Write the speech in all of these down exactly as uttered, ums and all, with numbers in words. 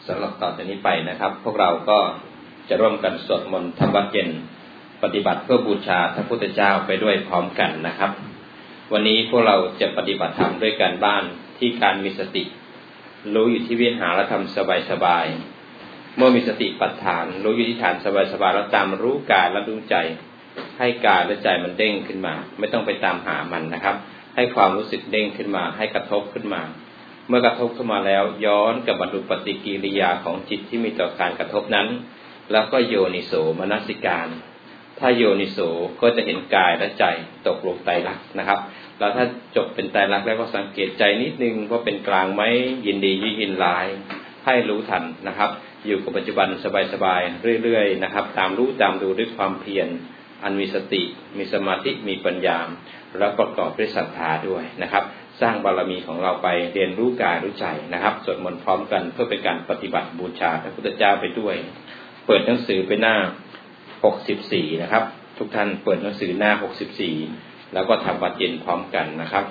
สำหรับต่อจากนี้ไปนะครับพวกเราก็จะร่วมกันสวดมนต์ทำวัดเย็นปฏิบัติเพื่อบูชาพระพุทธเจ้าไปด้วยพร้อมกันนะครับวันนี้พวกเราจะปฏิบัติธรรมด้วยการบ้านที่การมีสติรู้อยู่ที่วิหารธรรมสบายๆเมื่อมีสติปัฏฐานรู้อยู่ที่ฐานสบายๆแล้วตามรู้กายและรู้ใจให้กายและใจมันเด้งขึ้นมาไม่ต้องไปตามหามันนะครับให้ความรู้สึกเด้งขึ้นมาให้กระทบขึ้นมาเมื่อกระทบเข้ามาแล้วย้อนกับบรรลุปฏิกิริยาของจิตที่มีต่อการกระทบนั้นแล้วก็โยนิโสมนสิการถ้าโยนิโสก็จะเห็นกายและใจตกลงไตรลักษณ์นะครับแล้วถ้าจบเป็นไตรลักษณ์แล้วก็สังเกตใจนิดนึงว่าเป็นกลางไหมยินดียินร้ายให้รู้ทันนะครับอยู่กับปัจจุบันสบายๆเรื่อยๆนะครับตามรู้ตามดูด้วยความเพียรอันมีสติมีสมาธิมีปัญญาและประกอบด้วยศรัทธาด้วยนะครับสร้างบารมีของเราไปเรียนรู้กายรู้ใจนะครับสวดมนต์พร้อมกันเพื่อเป็นการปฏิบัติบูชาพระพุทธเจ้าไปด้วยเปิดหนังสือไปหน้าหกสิบสี่นะครับทุกท่านเปิดหนังสือหน้าหกสิบสี่แล้วก็ทำวัดเย็นพร้อมกันนะครับ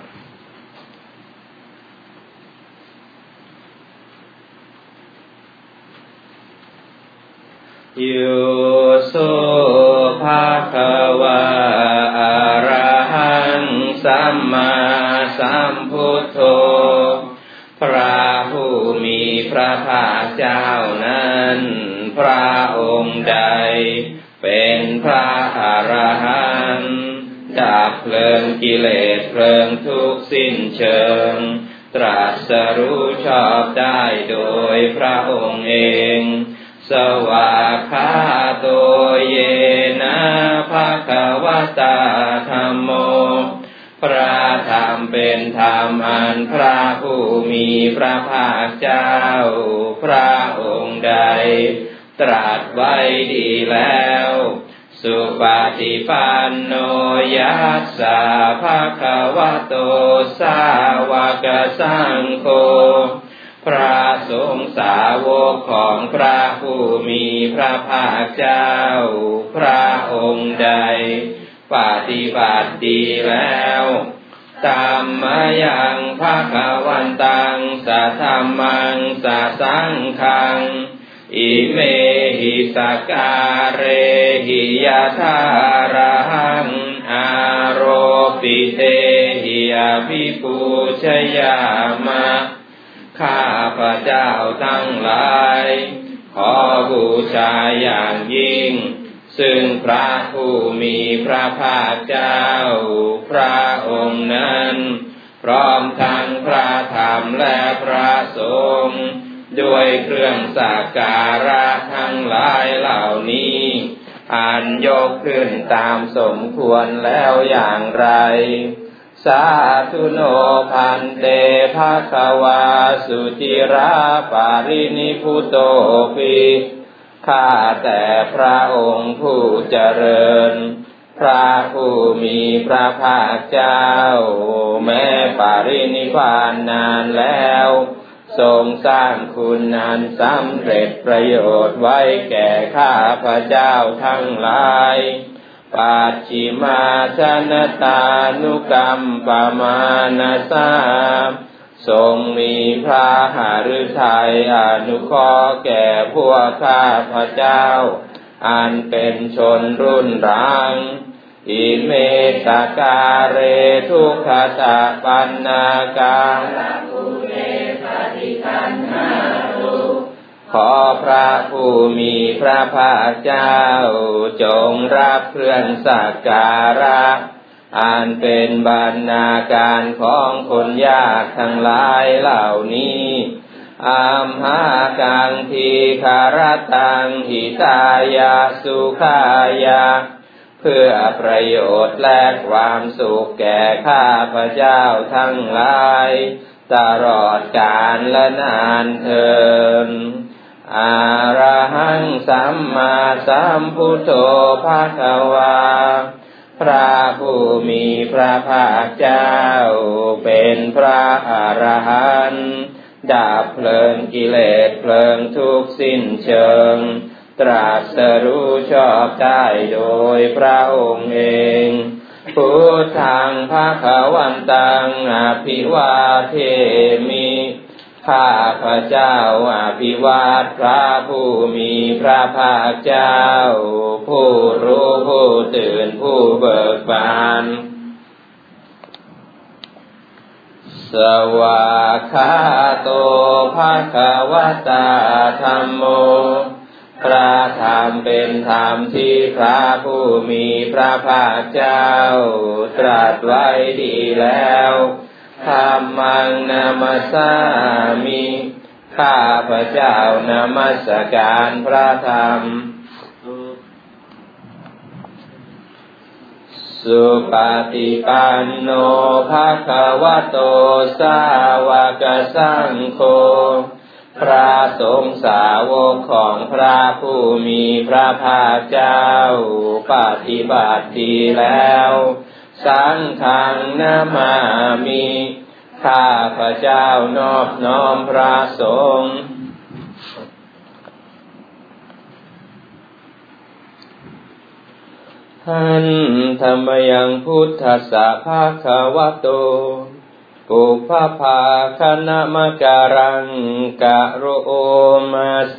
โยโสภะคะวะอะระหังสัมมาสัมพุทโธพระผู้มีพระภาคเจ้านั้นพระองค์ใดเป็นพระอรหันต์ดับเพลิงกิเลสเพลิงทุกข์สิ้นเชิงตรัสรู้ชอบได้โดยพระองค์เองสวากขาโตเยนะภะคะวะตาธัมโมพระธรรมเป็นธรรมอันพระผู้มีพระภาคเจ้าพระองค์ใดตรัสไว้ดีแล้วสุปฏิปันโนยัสสะภะคะวะโตสาวกสังโฆพระสงฆ์สาวกของพระผู้มีพระภาคเจ้าพระองค์ใดปฏิบัติดีแล้วธัมมายังภะคะวันตังสัทธัมมังสัสสังฆังอิเมหิสการเรหิยะทาระหังอาโรปิเตหิอภิปูชยามะข้าพระเจ้าทั้งหลายขอบูชาอย่างยิ่งซึ่งพระผู้มีพระภาคเจ้าพระองค์นั้นพร้อมทั้งพระธรรมและพระสงฆ์ด้วยเครื่องสักการะทั้งหลายเหล่านี้อันยกขึ้นตามสมควรแล้วอย่างไรสาธุโนพันเตภะคะวาสุจิราปารินิพุโตปิข้าแต่พระองค์ผู้เจริญพระผู้มีพระภาคเจ้าแม้ปารินิพพานนานแล้วทรงสร้างคุณอันสำเร็จประโยชน์ไว้แก่ข้าพระเจ้าทั้งหลายปัจฉิมาชนตานุกรรมปมานาสาทรงมีพระหฤทัยอนุเคราะห์แก่พวกข้าพระเจ้าอันเป็นชนรุ่นหลังอิเมตกาเรทุกขตะปันนาการขอพระผู้มีพระภาคเจ้าจงรับเครื่องสักการะอันเป็นบรรณาการของคนยากทั้งหลายเหล่านี้อัมหากังทีคารตังหิตายาสุขายาเพื่อประโยชน์และความสุขแก่ข้าพระเจ้าทั้งหลายตลอดกาลและนานเทอญอะระหังสัมมาสัมพุทโธภะคะวาพระผู้มีพระภาคเจ้าเป็นพระอรหันต์ดับเพลิงกิเลสเพลิงทุกข์สิ้นเชิงตรัสรู้ชอบได้โดยพระองค์เองพุทธังภะคะวันตังอภิวาเทมิข้าพระเจ้าอภิวาทพระผู้มีพระภาคเจ้าผู้รู้ผู้ตื่นผู้เบิกบานสวากขาโตภควตาธัมโมพระธรรมเป็นธรรมที่พระผู้มีพระภาคเจ้าตรัสไว้ดีแล้วธัมมังนามัสสามิข้าพระเจ้านมัสการพระธรรมสุปฏิปันโนภควโตสาวกสังโฆพระสงฆ์สาวกของพระผู้มีพระภาคเจ้าปฏิบัติดีแล้วสังฆังนามามิข้าพระเจ้านอบน้อมพระสงฆ์หันธัมมยังพุทธัสสะภะคะวะโตปุพพภาคณมการังกะโรมาเส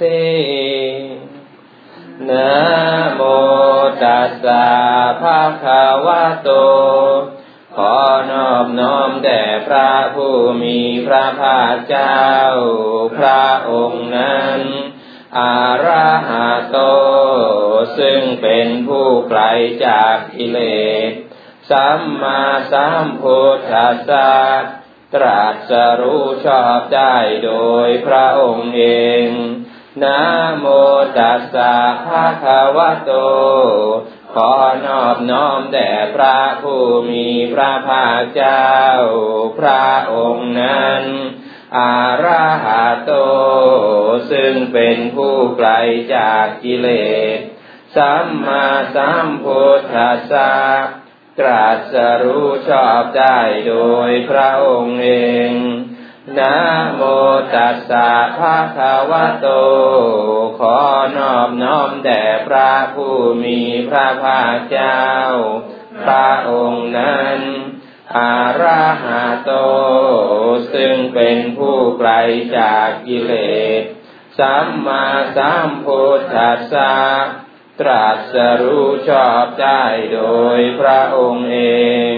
นะโมตัสสะภะคะวะโตขอนอบน้อมแด่พระผู้มีพระภาคเจ้าพระองค์นั้นอะระหะโตซึ่งเป็นผู้ไกลจากกิเลสสัมมาสัมพุทธัสสะตรัสรู้ชอบได้โดยพระองค์เองนะโมตัสสะภะคะวะโตขอนอบน้อมแด่พระผู้มีพระภาคเจ้าพระองค์นั้นอะระหะโตซึ่งเป็นผู้ไกลจากกิเลสสัมมาสัมพุทธัสสะตรัสรู้ชอบได้โดยพระองค์เองนะโมตัสสะภะคะวะโตขอนอบน้อมแด่พระผู้มีพระภาคเจ้าพระองค์นั้นอะระหะโตซึ่งเป็นผู้ไกลจากกิเลสสัมมาสัมพุทธัสสะตรัสรู้ชอบได้โดยพระองค์เอง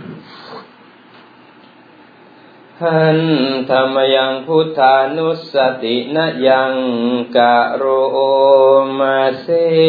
หันธัมมยังพุทธานุสตินะยังกะโรมาเส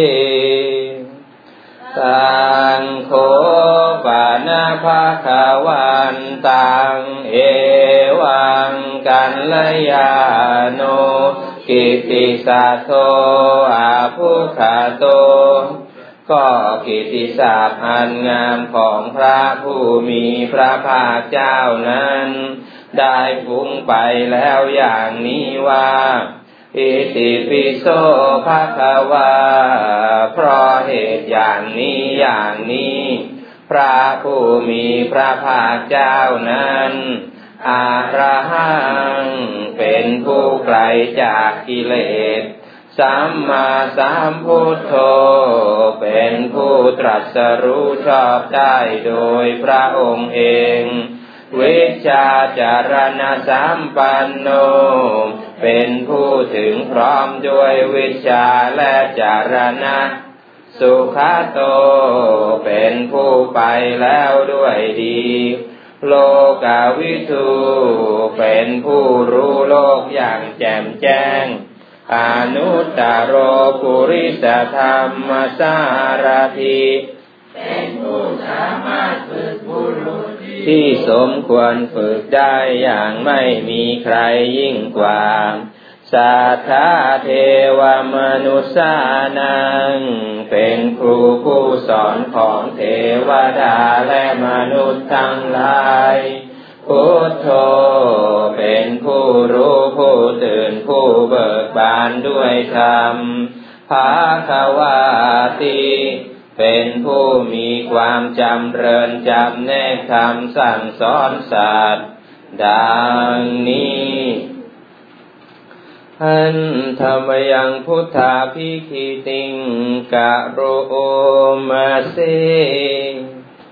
ตังโฆปานะภะคะวันตังเอวังกัลยาโนกิตติศัตโตอาภุคโตก็กิตติศัพท์อันงามของพระผู้มีพระภาคเจ้านั้นได้ฟุ้งไปแล้วอย่างนี้ว่าอิติปิโสภะคะวาเพราะเหตุอย่างนี้อย่างนี้พระผู้มีพระภาคเจ้านั้นอะระหังเป็นผู้ไกลจากกิเลสสัมมาสัมพุทโธเป็นผู้ตรัสรู้ชอบได้โดยพระองค์เองวิชชาจารณสัมปันโนเป็นผู้ถึงพร้อมด้วยวิชชาและจารณะสุขโตเป็นผู้ไปแล้วด้วยดีโลกาวิทูเป็นผู้รู้โลกอย่างแจ่มแจ้งอนุตตโรปุริสธรรมสารถิเป็นผู้สามารถฝึกบุรุษที่สมควรฝึกได้อย่างไม่มีใครยิ่งกว่าสัทธาเทวมนุษสานังเป็นครูผู้สอนของเทวดาและมนุษย์ทั้งหลายพุทโธเป็นผู้รู้ผู้ตื่นผู้เบิกบานด้วยธรรมภควาติเป็นผู้มีความจำเริญจำแนกธรรมสั่งสอนสัตว์ดังนี้หันธัมมยังพุทธาภิคิติงกะโรมาเส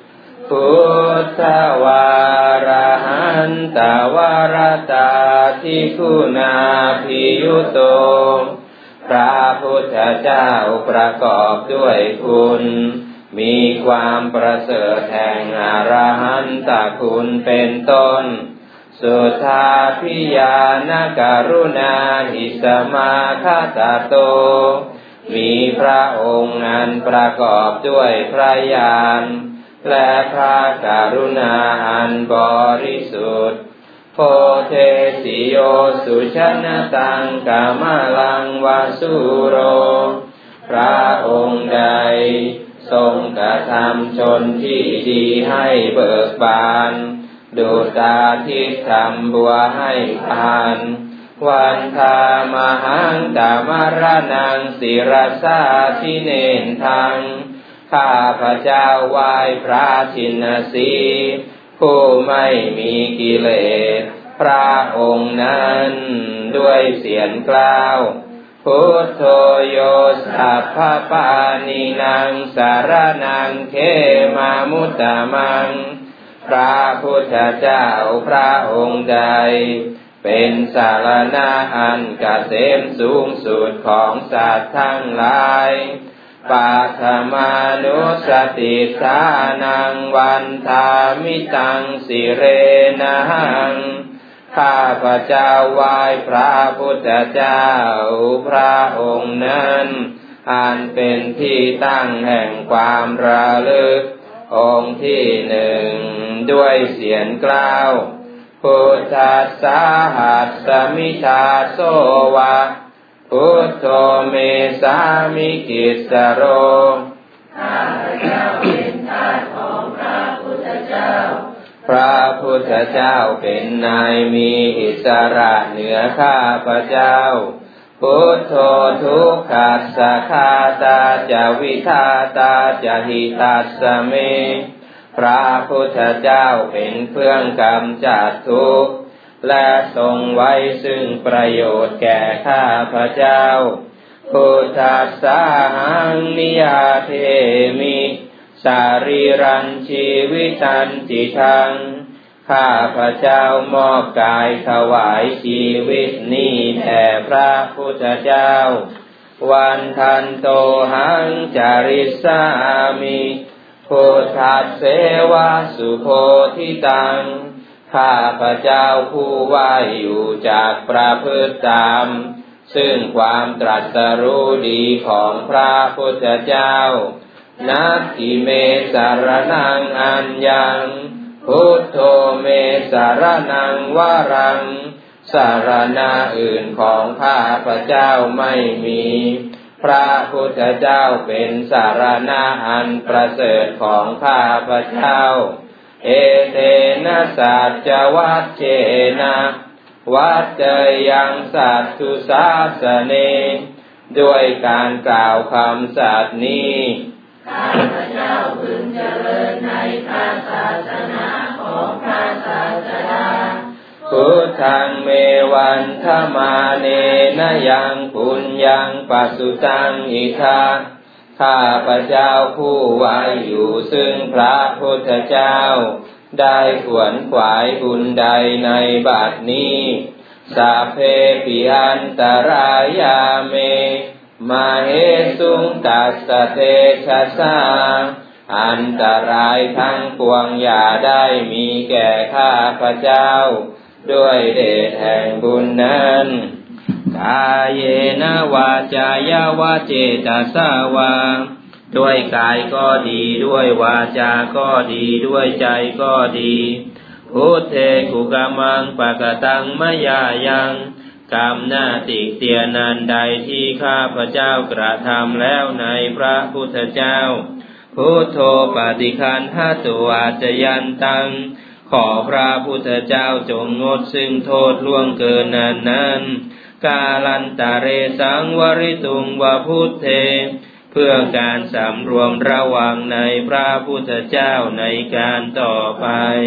พุทธวาระหันตวรตาทิคุณาภิยุโตพระพุทธเจ้าประกอบด้วยคุณมีความประเสริฐแห่งอรหันตคุณเป็นต้นสุทธาภิญาณกรุณาหิสมาคตโตมีพระองค์อันประกอบด้วยพระญาณและพระกรุณาอันบริสุทธิ์โพเทสิโยสุชนะตังกามลังวาสุโรพระองค์ใดทรงกระทำชนที่ดีให้เบิกบานดุจตาทิพย์ทำบัวให้ทานวันธามหังตามรนังศิรสาทิเนนทังข้าพระเจ้าไหว้พระชินสีห์ผู้ไม่มีกิเลสพระองค์นั้นด้วยเสียงกล่าวพุทโธโยสัพพปานินังสารนังเขมามุตตมังพระพุทธเจ้าพระองค์ใดเป็นสารณะอันเกษมสูงสุดของสัตว์ทั้งหลายปัทมานุสติสานังวันธามิตังสิเรนังข้าพระเจ้าไหว้พระพุทธเจ้าพระองค์นั้นอันเป็นที่ตั้งแห่งความระลึกองค์ที่หนึ่งด้วยเสียงกล่าวพุทธัสสะหัสสมิทาโสวะพุทโธเมสามิกิสสโรข้าพเจ้าเป็นทาสของพระพุทธเจ้าพระพุทธเจ้าเป็นนายมีอิสระเหนือข้าพเจ้าพุทโธทุกขัสสะคาตาจาวิทาตาจาหิตัสสเมพระพุทธเจ้าเป็นเครื่องกำจัดทุกข์และทรงไว้ซึ่งประโยชน์แก่ข้าพเจ้าพุทธัสสะหังนิยาเทมิสารีรังชีวิตันติทังข้าพเจ้ามอบกายถวายชีวิตนี้แด่พระพุทธเจ้าวันทันโตหังจาริสามิพุทธัสเสวะสุโพธิตังข้าพเจ้าผู้ว่าอยู่จากประพฤติตามซึ่งความตรัสรู้ดีของพระพุทธเจ้านัตถิเมสารนังอัญญังพุทโธเมสารนังวรังสารณะอื่นของข้าพเจ้าไม่มีพระพุทธเจ้าเป็นสารณะอันประเสริฐของข้าพเจ้าเอเตนะสัจจวัชเชนะวัจเจยังสัตตุสาสเนด้วยการกล่าวคำสัตย์นี้ข้าพเจ้าพึงเจริญในพระศาสนาของพระศาสดาพุทธังเมวันธมาเนนะยังปุญญังปัสสุตังอิทาข้าพเจ้าผู้ไว้อยู่ซึ่งพระพุทธเจ้าได้ขวนขวายบุญใดในบัดนี้สัพเพปิอันตรายาเมมาเหสุงตัสสะเตชะสาอันตรายทั้งปวงอย่าได้มีแก่ข้าพเจ้าด้วยเดชแห่งบุญนั้นกายเยนะวาจายาวาเจตสาวาด้วยกายก็ดีด้วยวาจาก็ดีด้วยใจก็ดีพุทเทกุกามังปะกตังมะยายังกรรมหน้าติเตียนันใดที่ข้าพเจ้ากระทำแล้วในพระพุทธเจ้าพุทโธปฏิคันหตุอาจยันตังขอพระพุทธเจ้าจงงดซึ่งโทษล่วงเกินนั้นนั้นกาลันตะเรสังวริตุงวะพุทเทเพื่อการสำรวมระวังในพระพุทธเจ้าในการต่อไป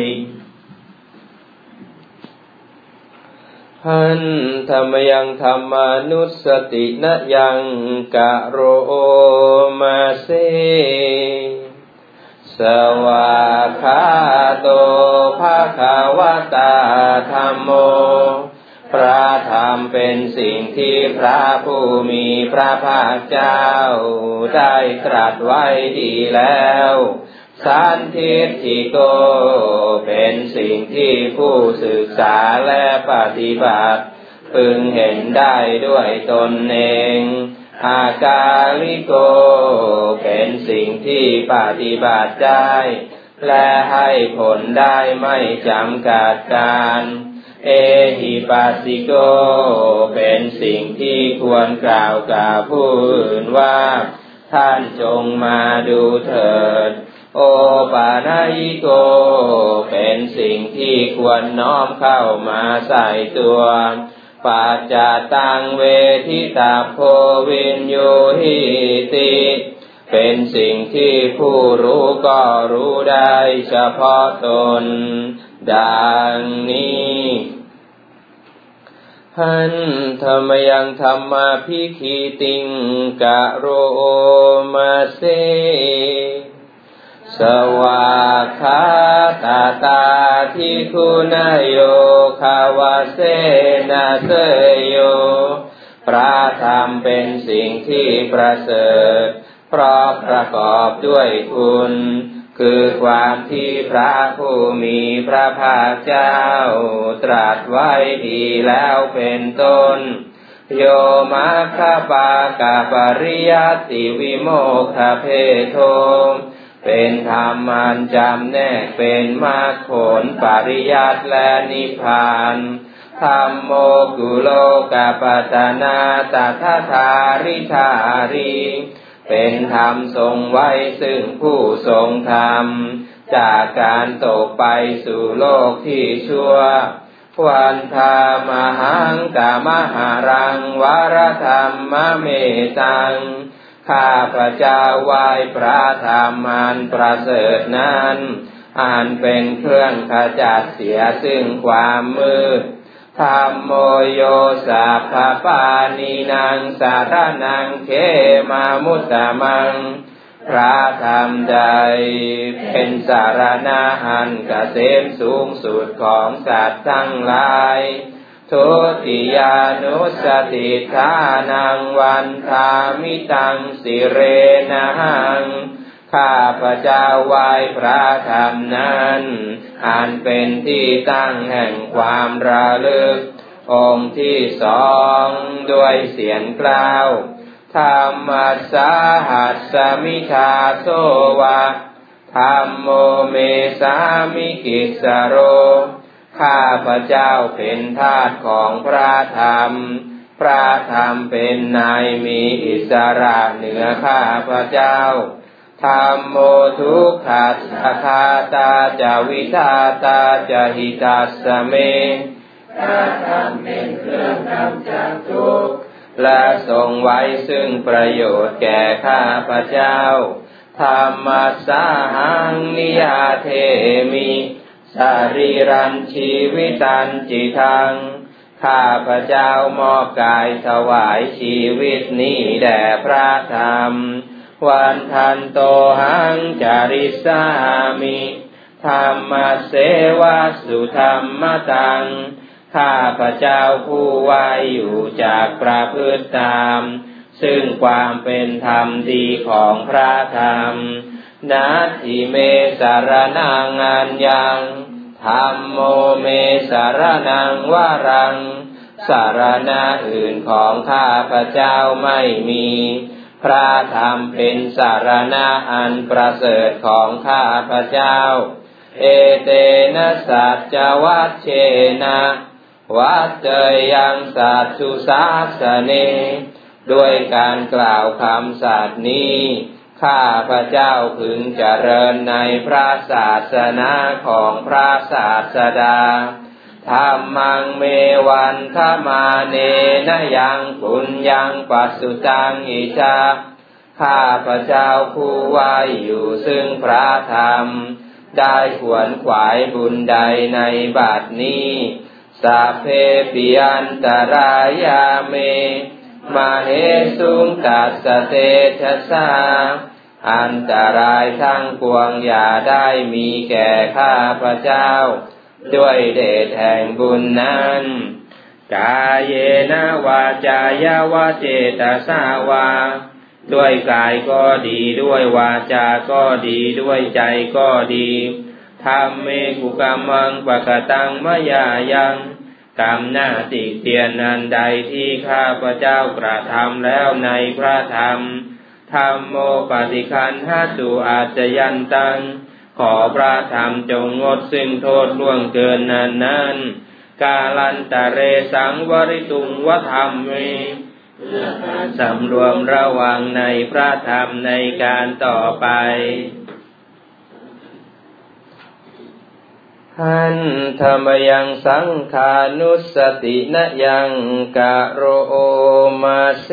หันธรรมยังธรรมานุสตินะยังกะโรมาเสสวากขาโตภควตาธัมโมพระธรรมเป็นสิ่งที่พระผู้มีพระภาคเจ้าได้ตรัสไว้ดีแล้วสันทิฏฐิโกเป็นสิ่งที่ผู้ศึกษาและปฏิบัติพึงเห็นได้ด้วยตนเองอากาลิโกเป็นสิ่งที่ปฏิบัติได้และให้ผลได้ไม่จำกัดการเอหิปัสสิโกเป็นสิ่งที่ควรกล่าวกับผู้อื่นว่าท่านจงมาดูเถิดโอปานายิโกเป็นสิ่งที่ควรน้อมเข้ามาใส่ตัวปัจจตังเวทิตาโพวินโยหิติเป็นสิ่งที่ผู้รู้ก็รู้ได้เฉพาะตนดังนี้หันธรรมยังธรรมภิคิติงกะโรมาเสสวากขาตาตาทิคุณโยคาวาเสนาเสโยพระธรรมเป็นสิ่งที่ประเสริฐเพราะประกอบด้วยคุณคือความที่พระผู้มีพระภาคเจ้าตรัสไว้ดีแล้วเป็นต้นโยมัคคปากาปริยัตติวิโมกขเพโทเป็นธรรมอันจำแนกเป็นมรรคผลปริยัติและนิพพานธัมโมกุโลกปัฏฐานาตถาธาริธารีเป็นธรรมทรงไว้ซึ่งผู้ทรงธรรมจากการตกไปสู่โลกที่ชั่ววันธามหังกามหารังวรธรรมเมตังข้าพระเจ้าไหว้พระธรรมอันประเสริฐนั้นอันเป็นเครื่องขจัดเสียซึ่งความมืดธัมโมโยสัพพปานีนังสารนังเขมามุตตมังพระธรรมใดเป็นสารณะอันเกษมสูงสุดของสัตว์ทั้งหลายทุติยานุสติทานังวันทามิตังสิเรนังข้าพระเจ้าไหว้พระธรรมนั้นอันเป็นที่ตั้งแห่งความระลึกองค์ที่สองด้วยเสียงกล่าวธรรมสาหัสสมิทาโสวะธัมโมเมสามิกิสสโรข้าพระเจ้าเป็นทาสของพระธรรมพระธรรมเป็นนายมีอิสระเหนือข้าพระเจ้าธัมโมทุกขัสสะคาตาจาวิทาตาจาหิตัสสเมพระธรรมเป็นเครื่องกำจัดทุกข์และทรงไว้ซึ่งประโยชน์แก่ข้าพระเจ้าธัมมัสสาหังนิยาเทมิสรีรันชีวิตันจิตังข้าพระเจ้ามอบกายถวายชีวิตนี้แด่พระธรรมวันทันโตหังจาริสามิธรรมเสวะสุธรรมตังข้าพระเจ้าผู้ไว้อยู่จากประพฤติตามซึ่งความเป็นธรรมดีของพระธรรมนัตถิเมสารนังอัญญังธัมโมเมสารนังวรังสารณะอื่นของข้าพระเจ้าไม่มีพระธรรมเป็นสารณะอันประเสริฐของข้าพระเจ้าเอเตนะสัจจวัชเชนะวัจเจยังสัจจุสาสเนด้วยการกล่าวคำสัตย์นี้ข้าพระเจ้าพึงเจริญในพระศาสนาของพระศาสดาธัมมังเมวันทมาเนนะยังปุญญังปัสสุตังอิจาข้าพระเจ้าผู้ไว้อยู่ซึ่งพระธรรมได้ขวนขวายบุญใดในบัดนี้สัพเพปิอันตรายาเมมาเหสุงตัสสะเตชะสาอันตรายทั้งปวงอย่าได้มีแก่ข้าพเจ้าด้วยเดชแห่งบุญนั้นกายเยนะวาจายาวาเจตสาวาด้วยกายก็ดีด้วยวาจาก็ดีด้วยใจก็ดีธรรมเมกุกรรมังปะกตังมยายังกรรมหน้าติเตียนนันใดที่ข้าพเจ้ากระทำแล้วในพระธรรมธรรมโมปฏิคันหตุอาจยันตังขอพระธรรมจงงดซึ่งโทษล่วงเกินนั้นนั้นกาลันตะเรสังวริตุงวธรรมเมสำรวมระวังในพระธรรมในการต่อไปหันธรรมยังสังขานุสตินะยังกะโรมาเส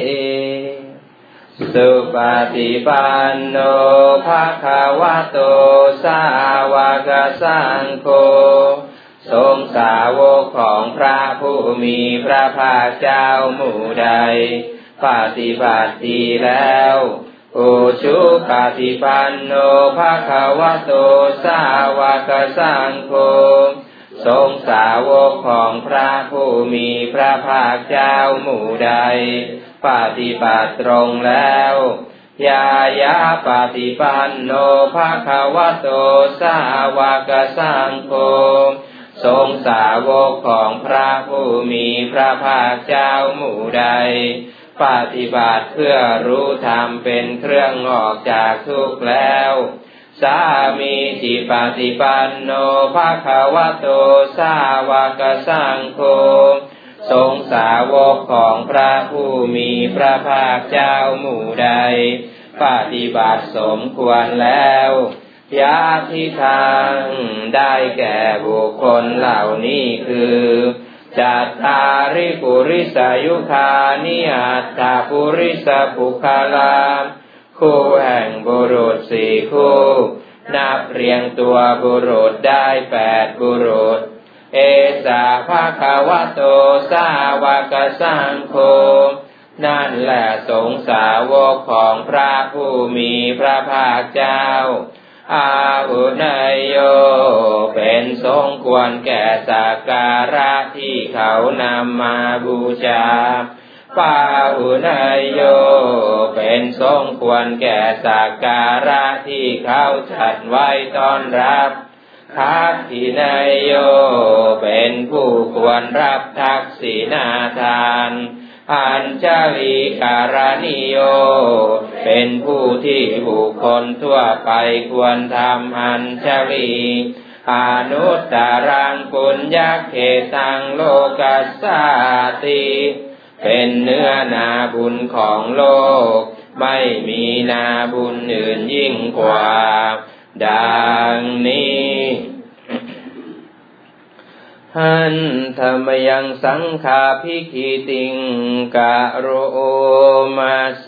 สุปฏิปันโนภะคะวะโตสาวกสังโฆทรงสาวกของพระผู้มีพระภาคเจ้าหมู่ใดปฏิบัติดีแล้วอุชุปฏิปันโนภะคะวะโตสาวกสังโฆทรงสาวกของพระผู้มีพระภาคเจ้าหมู่ใดปฏิบัติตรงแล้วยายาปฏิปันโนภะคะวะโตสาวกสังโฆทรงสาวกของพระผู้มีพระภาคเจ้าหมู่ใดปฏิบัติเพื่อรู้ธรรมเป็นเครื่องออกจากทุกข์แล้วสามีจิปฏิปันโนภะคะวะโตสาวกสังโฆทรงสาวกของพระผู้มีพระภาคเจ้าหมู่ใดปฏิบัติสมควรแล้วยาทิทางได้แก่บุคคลเหล่านี้คือจัตตาริปุริสยุคานิอัตตาปุริสปุคลาคู่แห่งบุรุษสี่คู่นับเรียงตัวบุรุษได้แปดบุรุษเอสาภะคะวะโตสาวกสังโฆนั่นแหละสงฆ์สาวกของพระผู้มีพระภาคเจ้าอาหุนายโยเป็นสมควรแก่สักการะที่เขานำมาบูชาปาหุนายโยเป็นสมควรแก่สักการะที่เขาจัดไว้ต้อนรับทักขินายโยเป็นผู้ควรรับทักษิณาทานอัญชลีการณิโยเป็นผู้ที่บุคคลทั่วไปควรทำอัญชลีอนุตตรังปุญญเขตังโลกัสสาติเป็นเนื้อนาบุญของโลกไม่มีนาบุญอื่นยิ่งกว่าดังนี้หันธรรมยังสังฆาภิกิติงกะโรมาเส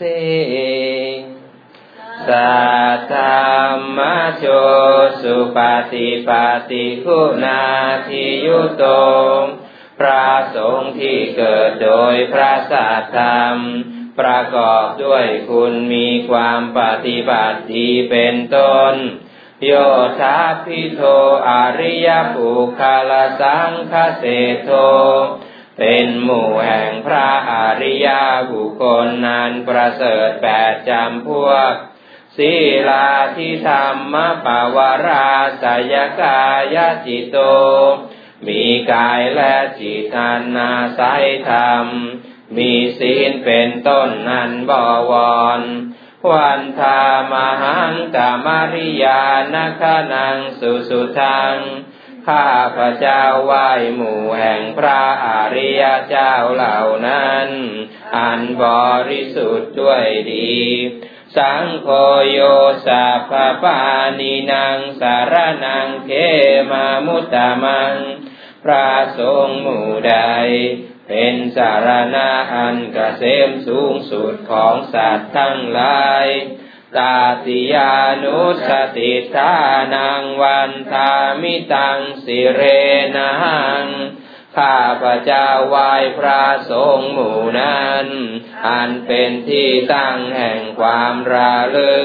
สัทธามมโชสุปฏิปฏิคุณาทิยุโตพระสงฆ์ที่เกิดโดยพระสัทธรรมประกอบด้วยคุณมีความปฏิบัติดีเป็นต้นโยธาภิโทอริยปุคลสังฆเสโทเป็นหมู่แห่งพระอริยบุคคลนั้นประเสริฐแปดจำพวกศีลาธิธรรมปวาราสยกายจิตโตมีกายและจิตอันอาศัยธรรมมีศีลเป็นต้นนั้นบวรวันธามหังกามริยานาคนังสุสุทังข้าพระเจ้าไหว้หมู่แห่งพระอริยเจ้าเหล่านั้นอันบริสุทธิ์ด้วยดีสังโฆโยสัพพปานินังสารนังเขมามุตตมังพระสงฆ์หมู่ใดเป็นสารณะอันเกษมสูงสุดของสัตว์ทั้งหลายตาติยานุสติทานังวันทามิตังสิเรนังข้าพระเจ้าไหว้พระสงฆ์หมู่นั้นอันเป็นที่ตั้งแห่งความระลึก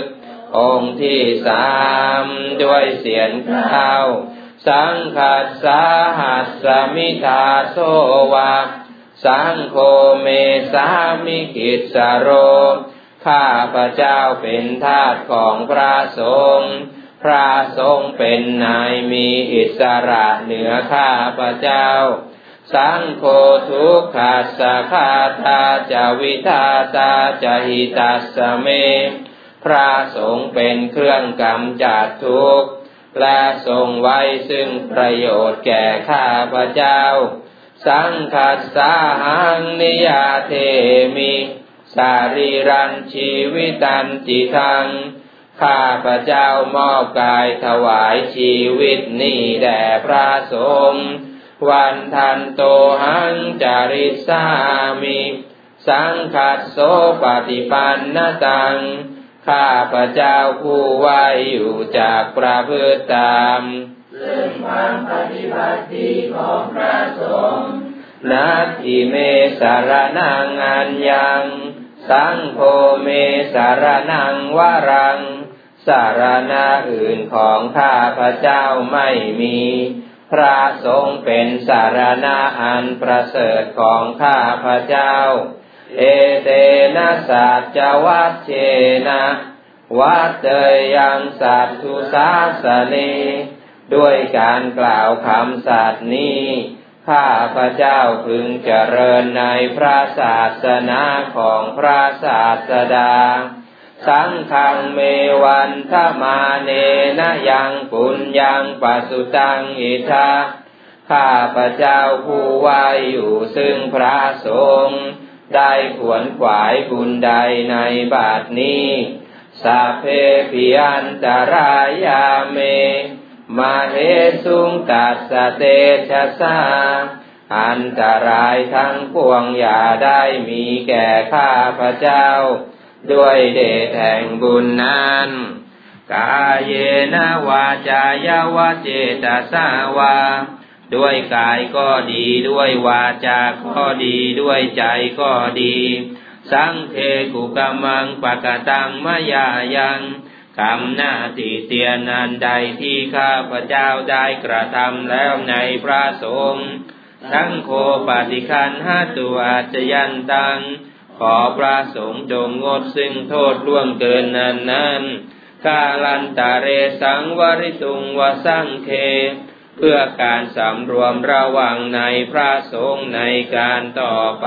องค์ที่สามด้วยเสียงกล่าวสังคัสสาหัสสมิทาโสวะสังโฆเมสามิกิสโรข้าพระเจ้าเป็นทาสของพระสงฆ์พระสงฆ์เป็นนายมีอิสระเหนือข้าพระเจ้าสังโฆทุกขัสสะคาตาจาวิทาตาจาหิตัสสะเมพระสงฆ์เป็นเครื่องกำจัดทุกข์และทรงไว้ซึ่งประโยชน์แก่ข้าพระเจ้าสังคัสสาหังนิยาเทมิสารีรันชีวิตันจิตังข้าพระเจ้ามอบกายถวายชีวิตนี้แด่พระสงฆ์วันทันโตหังจาริสามิสังคัสโสปฏิปันนตังข้าพระเจ้าผู้ไว้อยู่จากประพฤติตามซึ่งความปฏิบัติดีของพระสงฆ์นัตถิเมสารนังอัญญังสังโฆเมสารนังวรังสารณะอื่นของข้าพระเจ้าไม่มีพระสงฆ์เป็นสารณะอันประเสริฐของข้าพระเจ้าเอเตนะสัจจวัชเชนะวัตเตยังสัตถุสาสเนด้วยการกล่าวคำสัตย์นี้ข้าพระเจ้าพึงเจริญในพระศาสนาของพระศาสดาสังฆังเมวันทมาเนนะยังปุญญังปัสสุตังอิทาข้าพระเจ้าผู้ไว้อยู่ซึ่งพระสงฆ์ได้ขวนขวายบุญใดในบัดนี้สัพเพปิอันตรายาเมมาเหสุงตัสสะเตชะสาอันตรายทั้งปวงอย่าได้มีแก่ข้าพระเจ้าด้วยเดชแห่งบุญนั้นกายเยนะวาจายาวะเจตสาวาด้วยกายก็ดีด้วยวาจาก็ดีด้วยใจก็ดีสังเคกุกมังปะกตังมะยายังกรรมหน้าที่เตียนอันใดที่ข้าพระเจ้าได้กระทำแล้วในพระสงฆ์สังโฆปฏิคันหตุอาจยันตังขอพระสงฆ์จงงดซึ่งโทษล่วงเกินนั้นนั้นกาลันตาเรสังวริตุงวสังเคเพื่อการสำรวมระวังในพระสงฆ์ในการต่อไป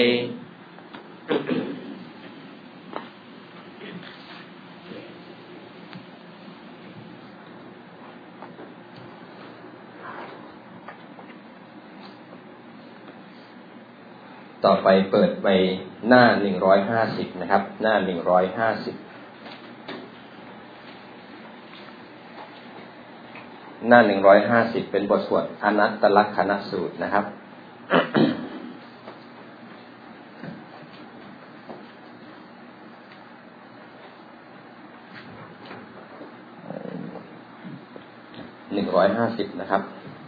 ต่อไปเปิดไปหน้าหนึ่งร้อยห้าสิบนะครับหน้าหนึ่งร้อยห้าสิบหน้าหนึ่งร้อยห้าสิบเป็นบทสวดอนัตตลักขณสูตรนะครับ หนึ่งร้อยห้าสิบนะครับ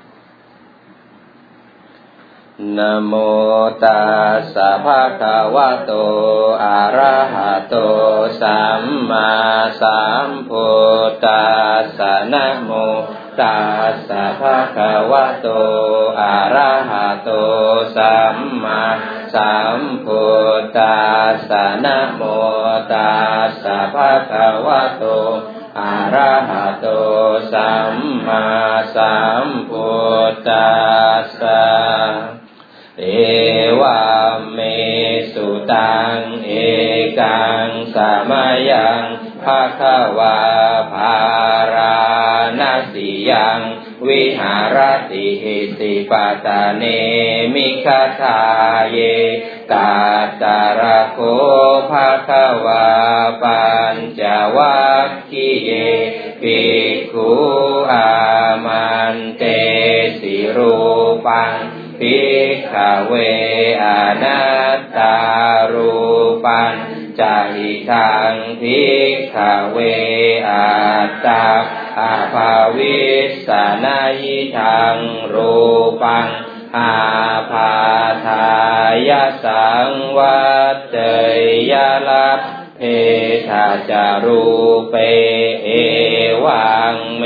นะโมตัสสะภะคะวะโตอะระหะโตสัมมาสัมพุทธัสสะนะโมตัสสะภะคะวะโตอะระหะโตสัมมาสัมพุทธัสสะนะโมตัสสะภะคะวะโตอะระหะโตสัมมาสัมพุทธัสสะเอวะเมสุตังเอกังสามายังภะคะวาภาราณสียังวิหารติหิสิปัตตาเนมิคทาเยตัตตระโคภะคะวาปัญจวัคคีเยภิกขุอามันเตสิรูปังภิกขเวอนัตตารูปัญจหิทังภิกขเวอัตตาอาภาวิสสนายิทังรูปังอาภาทายสังวัตเตยลัพเพทาจารูเปเอวังเม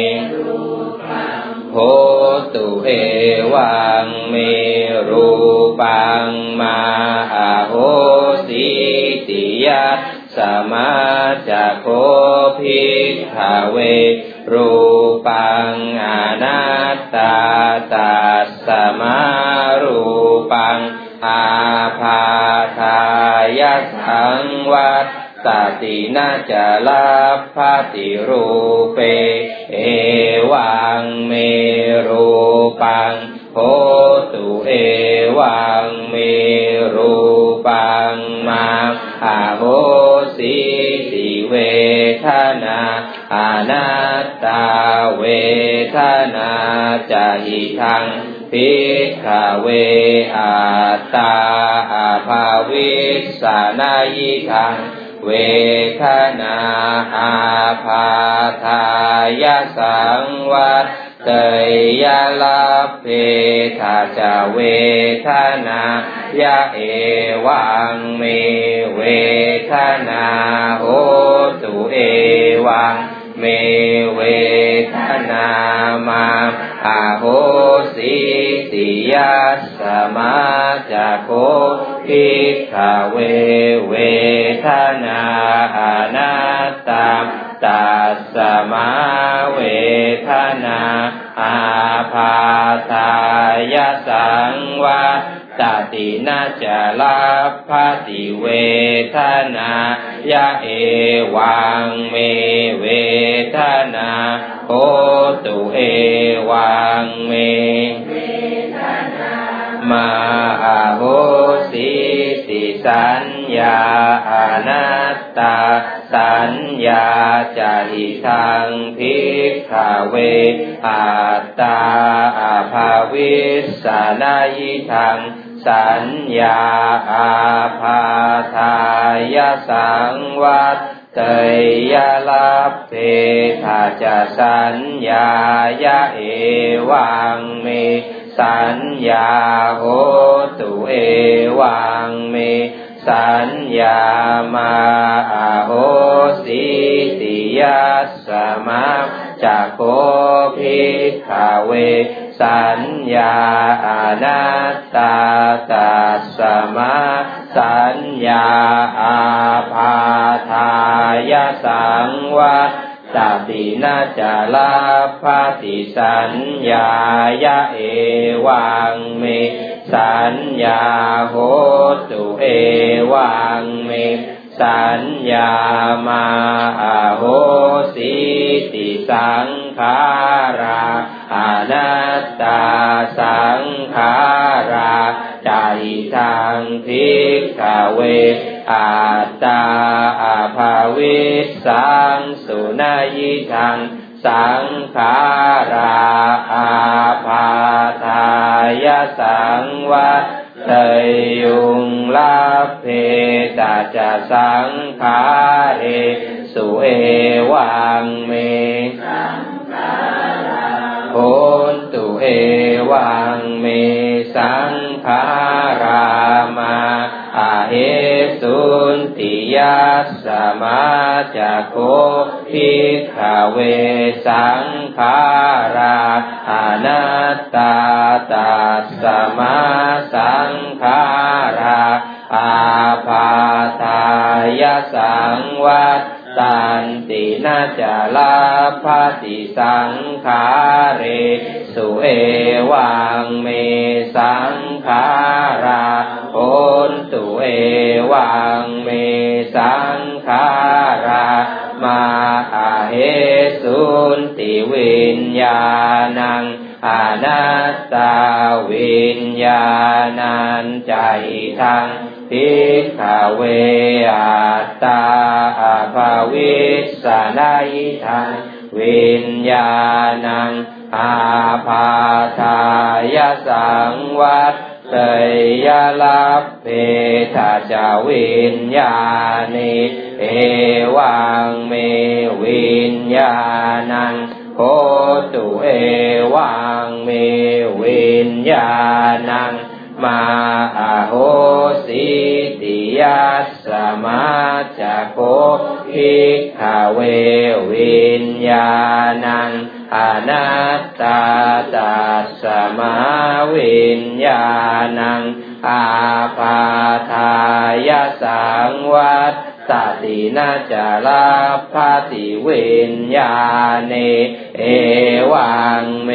โหตุเอวังเมรูปังมาอาโหสิติยะสมาจะโคภิกขเวรูปังอนัตตาตัสสมารูปังอาภาทายะสังวัตตตินาจะลาภติรูเปเอวังเมรูปังโหตุเอวังเมรูปังมาอาโหสิติเวทนาอนัตตาเวทนาจะหิทังภิกขเวอัตตาอาภาวิสสานายิทังเวทนาอาภาทายะสังวัตเตยะลาเพทาจาเวทนายะเอวังเมเวทนาโหตุเอวังเมเวทนามาอาโหสิติยัสสมาจะโคภิกขเวเวทนาอนัตตาตัสสมาเวทนาอาภาทายะสังวัตตตินาจะลาภติเวทนายะเอวังเมเวทนาโหตุเอวังเมมาอาโหสิติสัญญาอนัตตาสัญญาจะหิทังภิกขเวอัตตาอาภาวิสสานายิทังสัญญาอาภาทายะสังวัตเตยะลาเพทาจะสัญญายะเอวังเมสัญญาโหตุเอวังเมสัญญามาอาโหสิติยัสสมาจะโคภิกขเวสัญญาอนัตตาตัสสมาสัญญาอาภาทายะสังวัตตตินาจะลาภติสัญญายะเอวังเมสัญญาโหตุเอวังเมสัญญามาอาโหสิติสังขาราอนัตตาสังขาราจาหิทังภิกขเวอัตตาอาภาวิสสังสุนายิทังสังขาราอาภาทายะสังวัตเตยุงลาเพตาจะสังขาเรสุเอวังเมโหตุเอวังเมสังขารามาอาเหสุนติยัสสมาจะโคภิกขเวสังขาราอนัตตาตัสสมาสังขาราอาภาทายะสังวัตตันตินาจะลาภติสังขาเรสุเอวังเมสังขาราโหตุเอวังเมสังขารามาอาเหสุนติวิญญาณังอนัตตาวิญญาณัญจหิทังภิกขเวอัตตาอาภาวิสสานายิทังวิญญาณังอาภาทายะสังวัตเตยะลาเพทาจาวิญญาณิเอวังเมวิญญาณังโหตุเอวังเมวิญญาณังมาอาโหสิติยัสสมาจักโขภิกขเววิญญาณังอนัตตาตัสสมาวิญญาณังอาปาทายสังวัตตตินาจาลาภาติวิญญาเนเอวังเม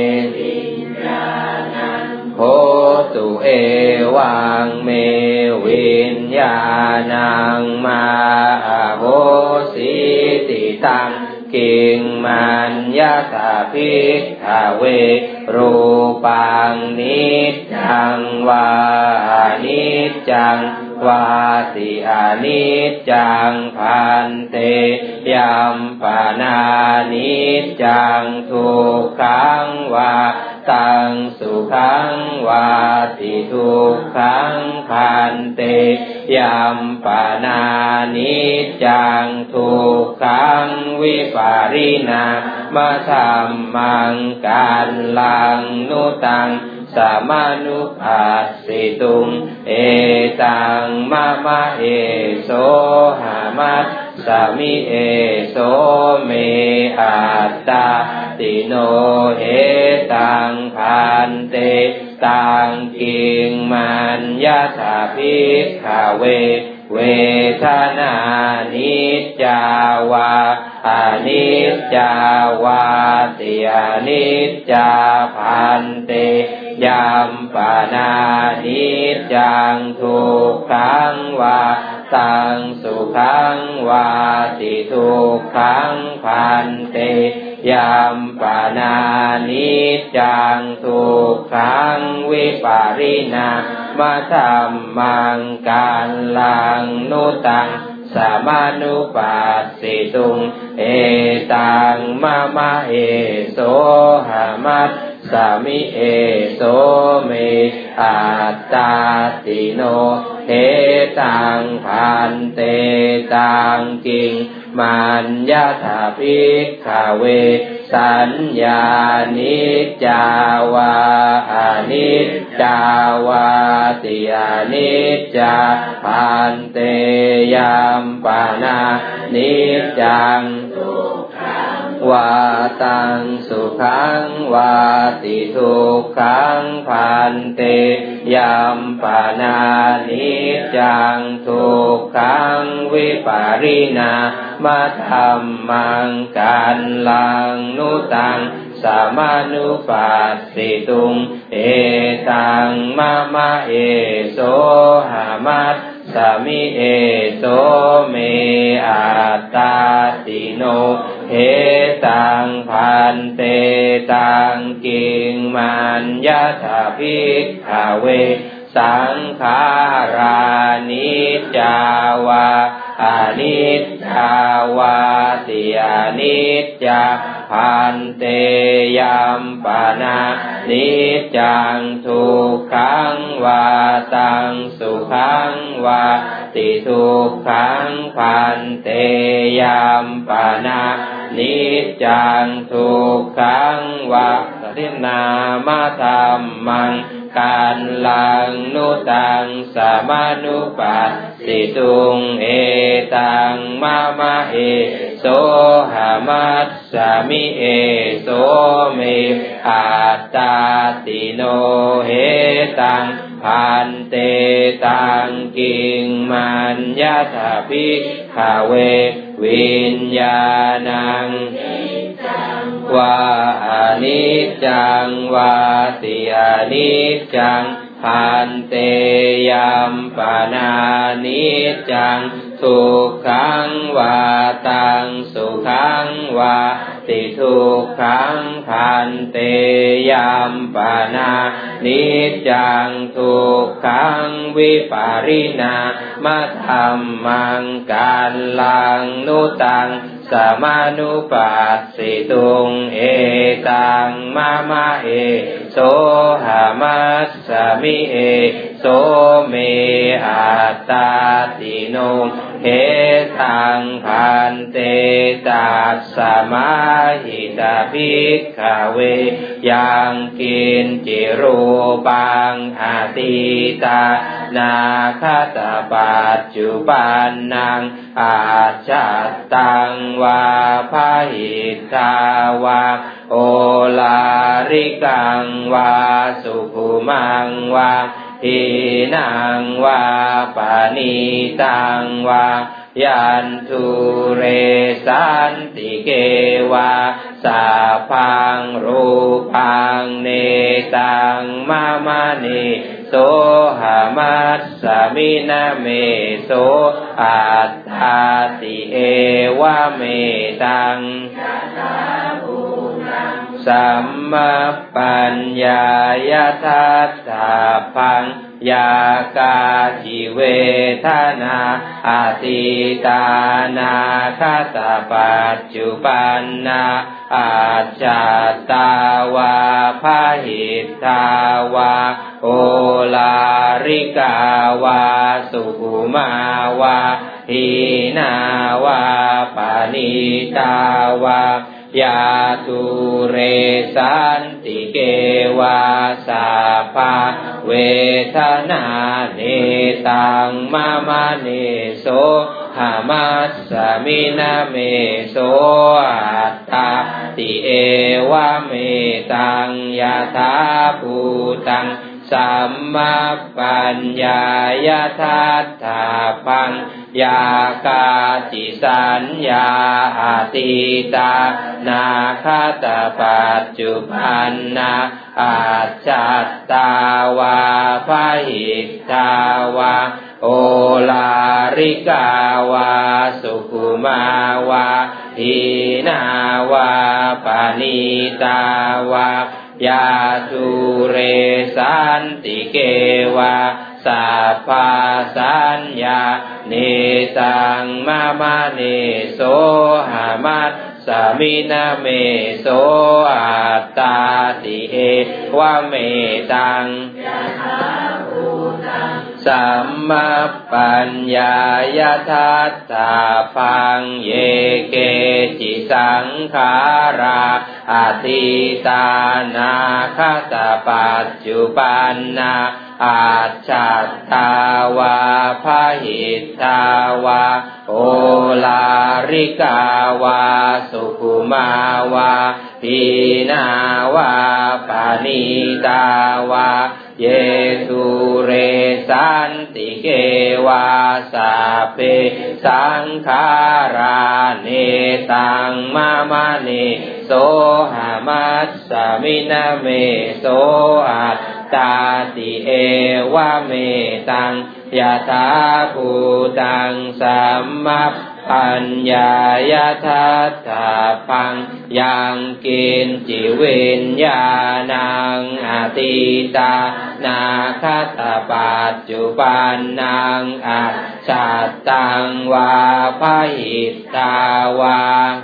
โหตุเอวังเมวิญญาณังมาโหสิติตังกิงมัญญาตาภิกขเวรูปังนิจจังวานิจจังวาติอนิจจังพันเตยัมปนานิจจังทุกขังวาตังสุขังวาติทุกขังพันเตยัมปนานิจจังทุกขังวิปาริณามะธัมมังกันลังนุตังสามานุปัสสิตุงเอตังมะมะเอโสหามัสสามิเอโสเมอัตตาติโนเหตังพันเตตังกิงมัญญาถาภิกขเวเวทนานิจจาวาอนิจจาวาติอนิจจาพันเตยัมปนานิจจังทุกขังวาตังสุขังวาติทุกขังพันเตยัมปนานิจจังทุกขังวิปาริณามะธัมมังกันลังนุตังสามานุปัสสิตุงเอตังมะมะเอโสหามัสสามิเอโสเมอัตตาติโนเหตังพันเตตังกิงมัญญาถาภิกขเวสัญญานิจจาวาอนิจจาวาติอนิจจาพันเตยัมปนานิจจังวาตังสุขังวาติทุกขังพันเตยัมปนานิจจังทุกขังวิปาริณามะธัมมังกันลังนุตังสามานุปัสสิตุงเอตังมะมะเอโสหามัสสามิเอโสเมอัตตาติโนเหตังพันเตตังกิงมัญญาถาภิกขเวสังขารานิจจาวาอนิจจาวาติอนิจจาพันเตยัมปนานิจจังทุกขังวาตังสุขังวาติทุกขังพันเตยัมปนานิจจังทุกขังวาตินามะธัมมังกันลังนุตังสามานุปัสสิตุงเอตังมะมะเอโสหามัสสามิเอโสเมอัตตาติโนเหตังพันเตตังกิงมัญญาถาภิกขเววิญญาณังวาอนิจจังวาติอนิจจังพันเตยัมปนานิจจังทุกขังวาตังสุขังวาติทุกขังพันเตยัมปนานิจจังทุกขังวิปาริณามะธัมมังกันลังนุตังสามานุปัสสิตุงเอตังมะมะเอโสหามัสสามิเอโสเมอัตตาติโนเหตังคันเตตัสสมาหิตาภิกขเวยังกินจิรูปังอาติตานาคตปัจจุบันนังอาจัตตังวาภาหิตาวาโอลาริกังวาสุขุมังวาทีนังวาปานิตังวายันทุเรสันติเกวาสาพังรูปังเนตังมะมะเนโสหามัสสมินะเมโสอัตตาติเอวะเมตังสัมมาปัญญายทัสสะพังยากาจิเวทนาอาติตานาคตปัจจุบันนาอาจัตตาวาภาหิตาวาโอลาริกาวาสุขุมาวาทีนาวาปานิตาวายาตุเรสันติเกวาสาภาเวทนาเนตังมะมะเนโสหามัสสมินะเมโสอัตตาติเอวะเมตังยะถาภูตังสัมมาปัญญายทัสสะพังยากาจิสัญญาอาติตานาคตปัจจุบันนาอาจัตตาวาภาหิตาวาโอลาริกาวาสุขุมาวาทีนาวาปานิตาวายาทุเรสันติเกวาสัพพาสัญญาเนตังมะมะเนโสหามัสสมินะเมโสอัตตาติเอวะเมตังสัมมาปัญญายทัสสะพังเยเกจิสังขาราอาทิตานาคตปัจจุบันนาอาจัตตาวาภาหิตาวาโอลาริกาวาสุขุมาวาทีนาวาปานิตาวาเยสุเรสันติเกวาสาเปสังขาราเนตังมะมะเนโสหามัสสมินะเมโสอัตตาติเอวะเมตังยะถาภูตังสัมมาปัญญายทัสสะพังยังกินจิวิญญาณังอาติตานาคตปัจจุบันนังอาจัตตังวาภาหิตาวา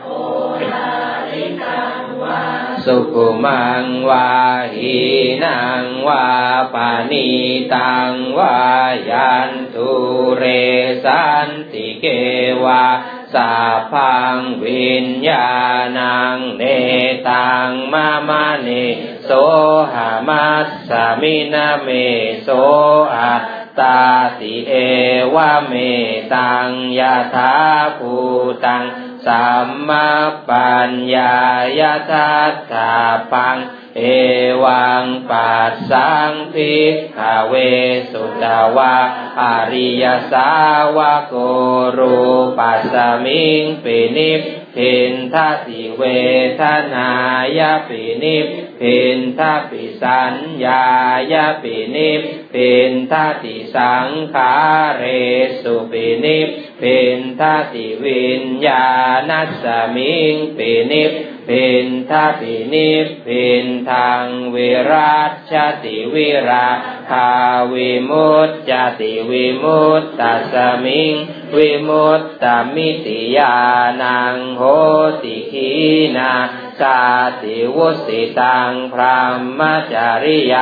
สุขุมังวาหีนังวาปานิตังวายันทุเรสันติเกวาสาพังวิญญาณังเนตังมะมะเนโสหามัสสมินะเมโสอัตตาติเอวะเมตังยะถาภูตังสัมมาปัญญายทัสสะพังเอวังปัสสังภิกขเวสุตวะอริยสาวกโกรูปัสสมิงปินิพพินทติเวทนายปินิพพินทปิสัญญายปินิพพินทติสังขาเรสุปินิพพินทติวิญญาณัสสมิงปินิพพินทปินิพพินทางวิราชชติวิราคาวิมุตจติวิมุตตัสสมิงวิมุตตมิติญาณังโหติขีนาสาติวุสิตังพรหมจาริยังป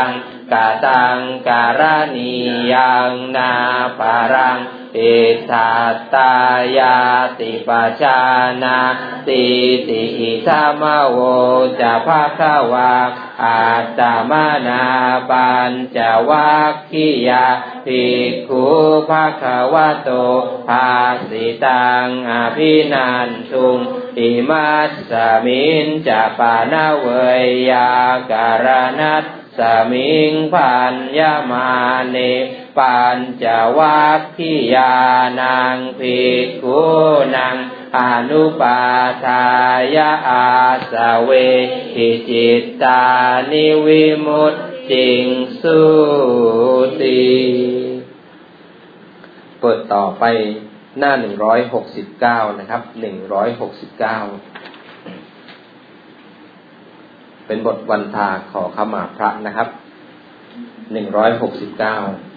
กาตังการณียังนาปารังอิทัตตายาติปัจจานาติติอิธัมมโวจะภะคะวะอัตตมนาปัญจวัคคียาภิกขุภะคะวะโตภาสิตังอภินันทุงอิมัสสมินจะปานะเวยาการนัสสมิงปัญญมาเนปัญจวัคคียานังภิกขุนังอนุปาทายะอาสเวหิจิตตานิวิมุตติงสุติเปิดต่อไปหน้าหนึ่งร้อยหกสิบเก้านะครับหนึ่งร้อยหกสิบเก้าเป็นบทวันทาขอขมาพระนะครับหนึ่งร้อยหกสิบเก้า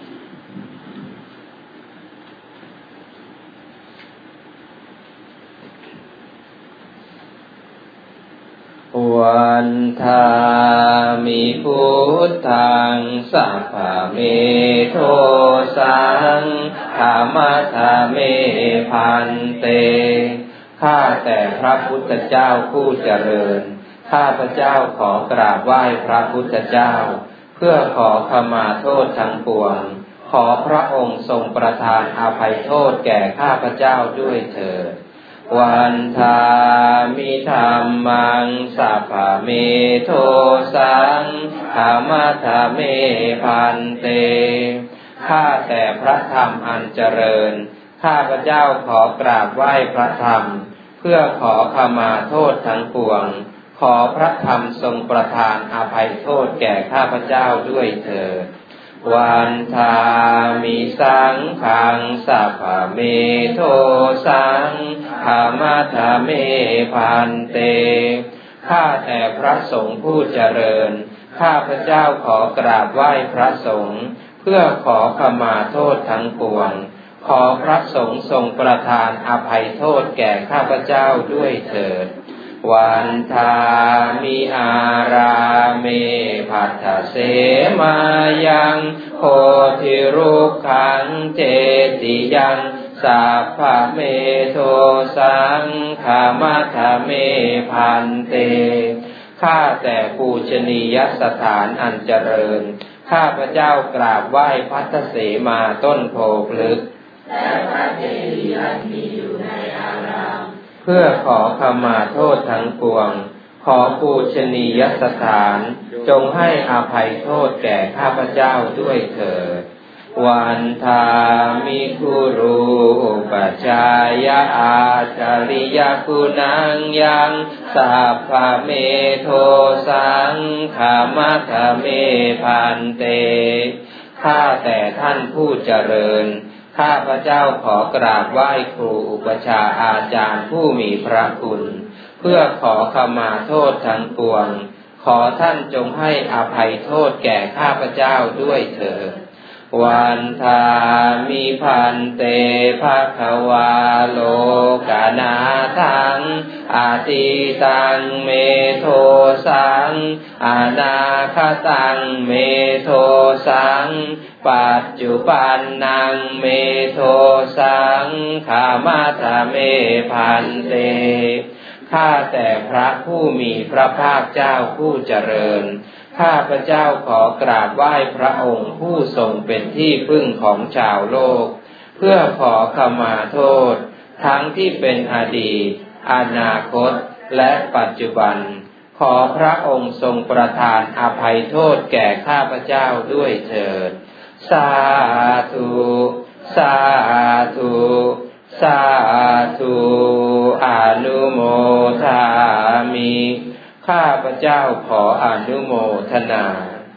วันทามิพุทธังสัพพะเมโทสังธรรมะธรรมเมพันเตข้าแต่พระพุทธเจ้าผู้เจริญข้าพระเจ้าขอกราบไหว้พระพุทธเจ้าเพื่อขอขมาโทษทั้งปวงขอพระองค์ทรงประทานอภัยโทษแก่ข้าพระเจ้าด้วยเถิดวันทามิธัมมังสัพพะเมโทสังธรรมะธรรมเมพันเตข้าแต่พระธรรมอันเจริญข้าพระเจ้าขอกราบไหว้พระธรรมเพื่อขอขมาโทษทั้งปวงขอพระธรรมทรงประทานอภัยโทษแก่ข้าพระเจ้าด้วยเถิดวันทามิสังฆังสัพพะเมโทสังธรรมะธรรมเมพันเตข้าแต่พระสงฆ์ผู้เจริญข้าพระเจ้าขอกราบไหว้พระสงฆ์เพื่อขอขมาโทษทั้งปวงขอพระสงฆ์ทรงประทานอภัยโทษแก่ข้าพระเจ้าด้วยเถิดวันทามิอาราเมภัทธเสมายังโพธิรุกขังเจติยังสัพพะเมโทสังฆามะธรรมเมพันเตข้าแต่ปูชนียสถานอันเจริญข้าพระเจ้ากราบไหว้ภัทธเสมาต้นโพพฤกษ์และพระเจดีย์อันมีอยู่ในอารามเพื่อขอขมาโทษทั้งปวงขอปูชนียสถานจงให้อภัยโทษแก่ข้าพเจ้าด้วยเถิดวันทามิคุรูปัจจายะอาจาริยคุณังยังสัพพะเมโทสังฆามะธรรมเมพันเตข้าแต่ท่านผู้เจริญข้าพระเจ้าขอกราบไหว้ครูอุปชาอาจารย์ผู้มีพระคุณเพื่อขอขมาโทษทั้งปวงขอท่านจงให้อภัยโทษแก่ข้าพเจ้าด้วยเถิดวันทามิพันเตภควาโลกานาทังอาทิตังเมโทสังอนาคตังเมโทสังปัจจุบันนังเมโทสังฆามะธรรมเมพันเตข้าแต่พระผู้มีพระภาคเจ้าผู้เจริญข้าพระเจ้าขอกราบไหว้พระองค์ผู้ทรงเป็นที่พึ่งของชาวโลกเพื่อขอขมาโทษทั้งที่เป็นอดีตอนาคตและปัจจุบันขอพระองค์ทรงประทานอภัยโทษแก่ข้าพระเจ้าด้วยเถิดสาธุสาธุสาธุอนุโมทามิข้าพระเจ้าขออนุโมทนา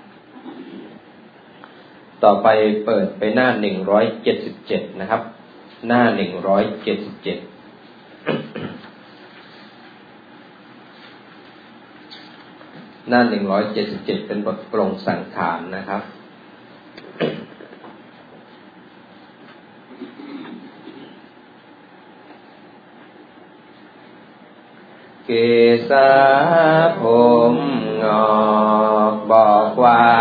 ต่อไปเปิดไปหน้าหนึ่งร้อยเจ็ดสิบเจ็ดนะครับหน้าหนึ่งร้อยเจ็ดสิบเจ็ดหน้าหนึ่งร้อยเจ็ดสิบเจ็ดเป็นบทปรงสังขารนะครับเกศาผมงอกบอกว่า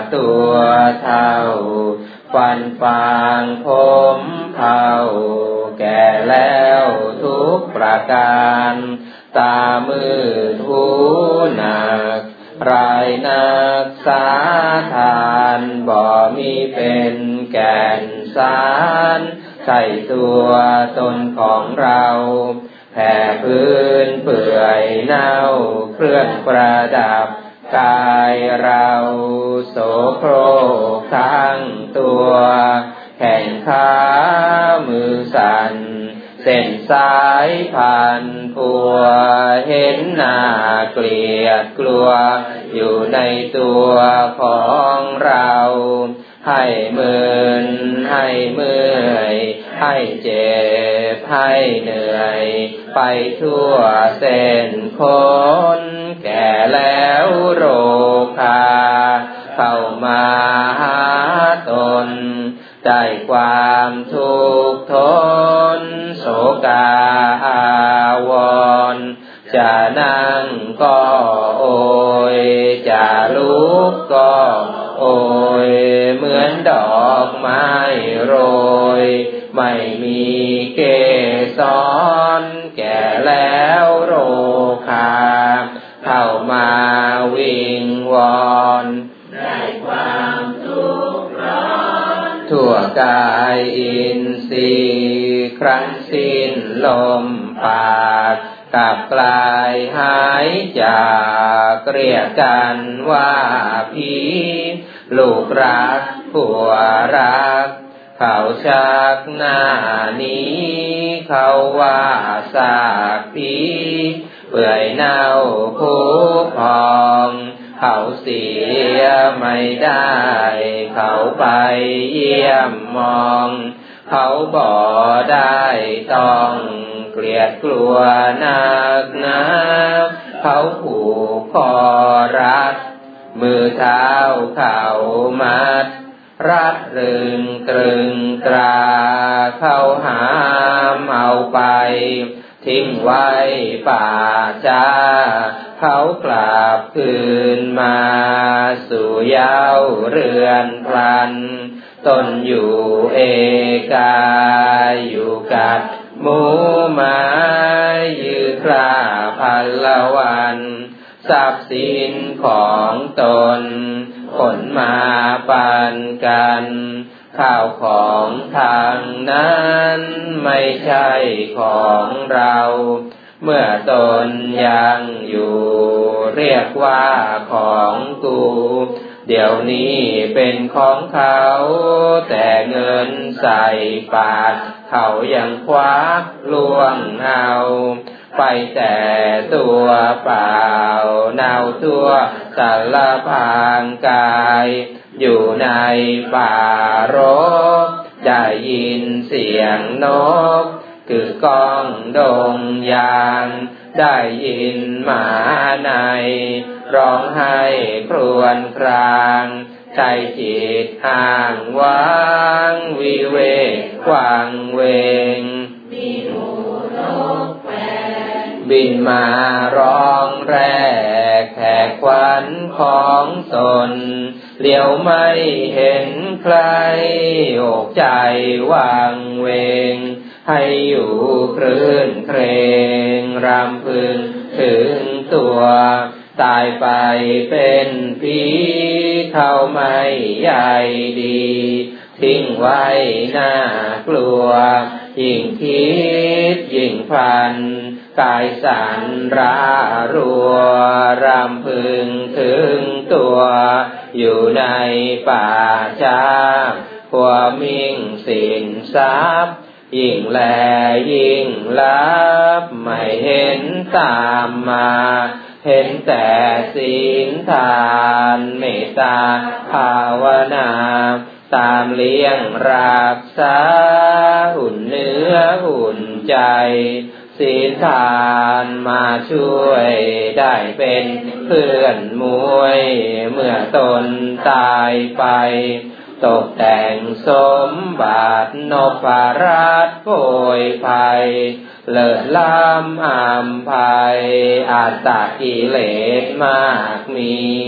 ตัวเท่าฟันฟางผมเผาแก่แล้วทุกประการตามืดหูหนักรายนักสาทานบ่มีเป็นแก่นสารใส่ตัวตนของเราแผ่พื้นเปื่อยเน่าเครื่องประดับกายเราโสโครกทั้งตัวแขนขามือสั่นเส้นสายพันผัวเห็นหน้าเกลียดกลัวอยู่ในตัวของเราให้มึนให้เมื่อยให้เจ็บให้เหนื่อยไปทั่วเส้นคนแก่แล้วโรคาเข้ามาหาตนได้ความทุกข์ทนโศกอาวรณ์จะนั่งก็โอยจะลุกก็โอยเหมือนดอกไม้โรยไม่มีเกสรแก่แล้วโรคาเข้ามาวิงวอนได้ความทุกข์ร้อนทั่วกายอินทรีย์ครั้นสิ้นลมปากกับกลายหายจากเรียกกันว่าผีลูกรักผัวรักเขาชักหน้านี้เขาว่าสากผีเปื่อยเน่าผุพองเขาเสียไม่ได้เขาไปเยี่ยมมองเขาบ่ได้ต้องเกลียดกลัวนักหนาเขาผูกคอรัดมือเท้าเขามัดรัดรึงตรึงตราเขาหามเอาไปทิ้งไว้ป่าจ้าเขากลับคืนมาสู่เย้าเรือนพลันตนอยู่เอกาอยู่กับหมูหมายืดคราพันละวันทรัพย์สินของตนขนมาปันกันข้าวของทางนั้นไม่ใช่ของเราเมื่อตนยังอยู่เรียกว่าของกูเดี๋ยวนี้เป็นของเขาแต่เงินใส่ปากเขายังควักล่วงเอาไปแต่ตัวเปล่าเน่าตัวสารพางกายอยู่ในป่ารกได้ยินเสียงนกคือกองดงยางได้ยินหมาในร้องไห้ครวญครางใจจิตอ้างว้างวิเวกวางเวงมีหูนกแววบินมาร้องแรกแขกขวัญของตนเลี้ยวไม่เห็นใครอกใจวางเวงให้อยู่คลื่นเครงรำพึงถึงตัวตายไปเป็นผีเขาไม่ใหญ่ดีทิ้งไว้น่ากลัวยิ่งคิดยิ่งพันกายสั่นระรัวรำพึงถึงตัวอยู่ในป่าช้าหัวมิ่งสินทรัพย์ยิ่งแลยิ่งลับไม่เห็นตามมาเห็นแต่ศีลทานเมตตาภาวนาตามเลี้ยงรักษาหุ่นเนื้อหุ่นใจศีลทานมาช่วยได้เป็นเพื่อนมวยเมื่อตนตายไปตกแต่งสมบัตินพรัตน์โผยภัยเลิศล้ำอำไพอัตตกิเลสมากมี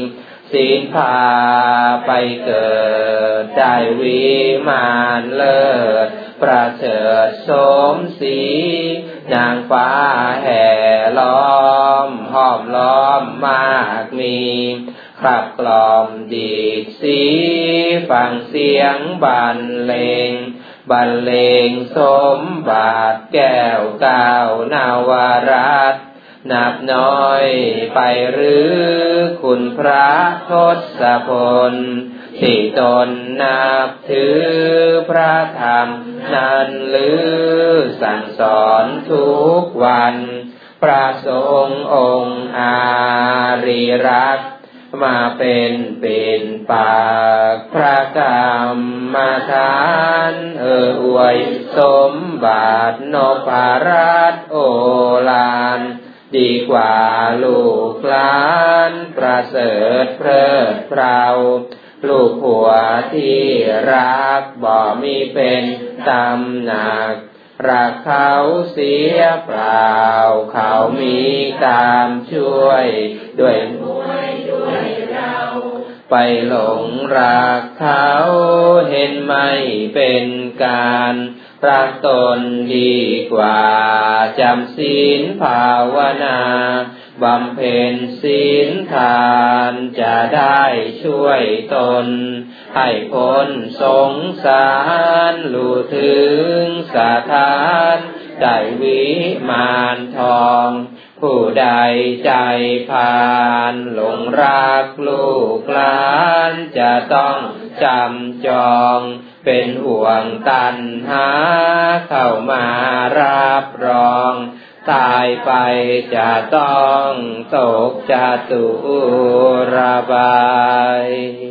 ศีลพาไปเกิดได้วิมานเลิศประเสริฐสมศรีนางฟ้าแห่ล้อมห้อมล้อมมากมีขับกล่อมดีดสีฟังเสียงบรรเลงบรรเลงสมบัติแก้วก้าวนาวรัตน์นับน้อยไปหรือคุณพระทศพลที่ตนนับถือพระธรรมนั้นหรือสั่งสอนทุกวันพระสงฆ์องค์อารีรักษ์มาเป็นเป็นปากพระกรรมฐานเอ่ออวยสมบัตินพรัตน์โอฬารดีกว่าลูกหลานประเสริฐเพลิดเพลาลูกผัวที่รักบ่มีเป็นตำหนักรักเขาเสียเปล่าเขามีกามช่วยด้วยไปหลงรักเขาเห็นไม่เป็นการรักตนดีกว่าจำศีลภาวนาบำเพ็ญศีลทานจะได้ช่วยตนให้พ้นสงสารรู้ถึงสถานได้วิมานทองผู้ใดใจพานหลงรักลูกหลานจะต้องจำจองเป็นห่วงตัณหาเข้ามารับรองตายไปจะต้องตกจตุระบาย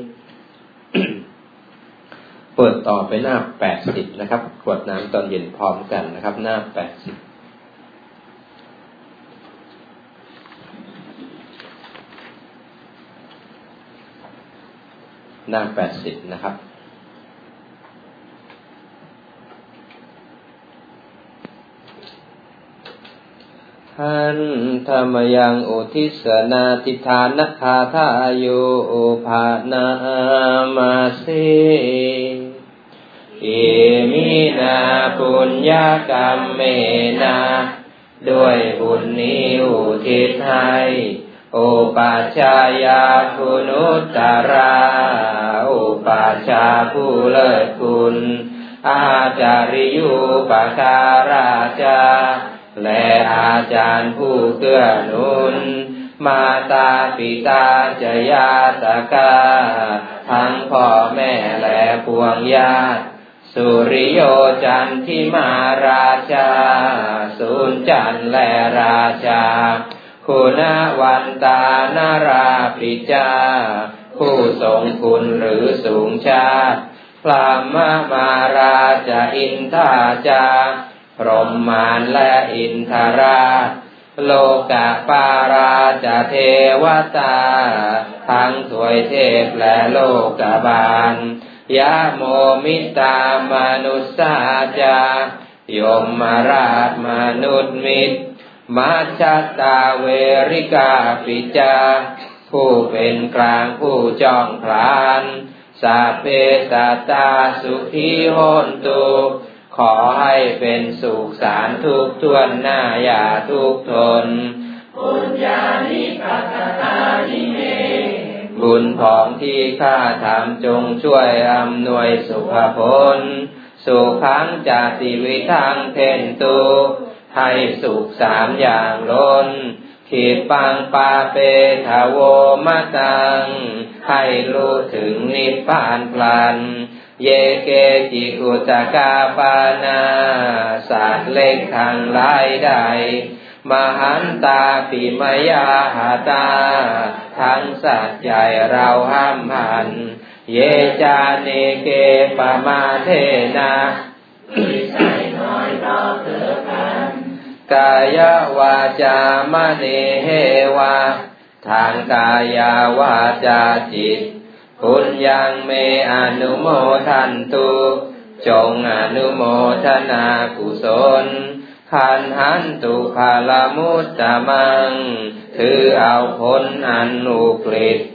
เปิดต่อไปหน้าแปดสิบนะครับกรวดน้ำตอนเย็นพร้อมกันนะครับหน้าแปดสิบหน้าแปดสิบนะครับหันธรรมยังอุทิศนาทิฏฐานะคาทาโยภานามาเสอิมินาปุญญกรรมเมนะด้วยบุญนี้อุทิศให้โอปัจจายาคุณุตตราโอปัจจาผู้เลิศคุณอาจาริยุปการาจาและอาจารย์ผู้เกื้อหนุนมาตาปิตาจยาตกาทั้งพ่อแม่และพวงญาติสุริโยจันทิมาราชาสุนจันและราชาคุณวันตานาราปิจาผู้ทรงคุณหรือสูงชาติพรหมมาราชอินทาจาพรหมานและอินทราชโลกปาราชเทวตาทั้งถวยเทพและโลกบาลยะโมมิตามนุสสาจายมมาราชมนุษย์มิตรมัจจตาเวริกาปิจาผู้เป็นกลางผู้จ้องพลานสัพเพสัตตาสุขีโหนตุขอให้เป็นสุขสารทุกทวนหน้าอย่าทุกทนปุญญานิปัสสานิเมบุญของที่ข้าทำจงช่วยอำนวยสุขผลสุขังจติวิทังเทนตุให้สุขสามอย่างล้นขีปังปาเปทาโวมะตังให้รู้ถึงนิพพานพลันเยเกจิกุตกาปานาสัตว์เล็กทั้งหลายใดมหันตาปิมยาหาตาทั้งสัตว์ใหญ่เราห้ามหันเยจาเนเกปมาเทนะวิสัยน้อยต่อเกิดกันกายวาจามเนเฮวะทางกายวาจาจิตปุญญังเมอนุโมทันตุจงอนุโมทนากุศลขันหันตุภาลมุตตะมังถือเอาผลอันอุกฤษ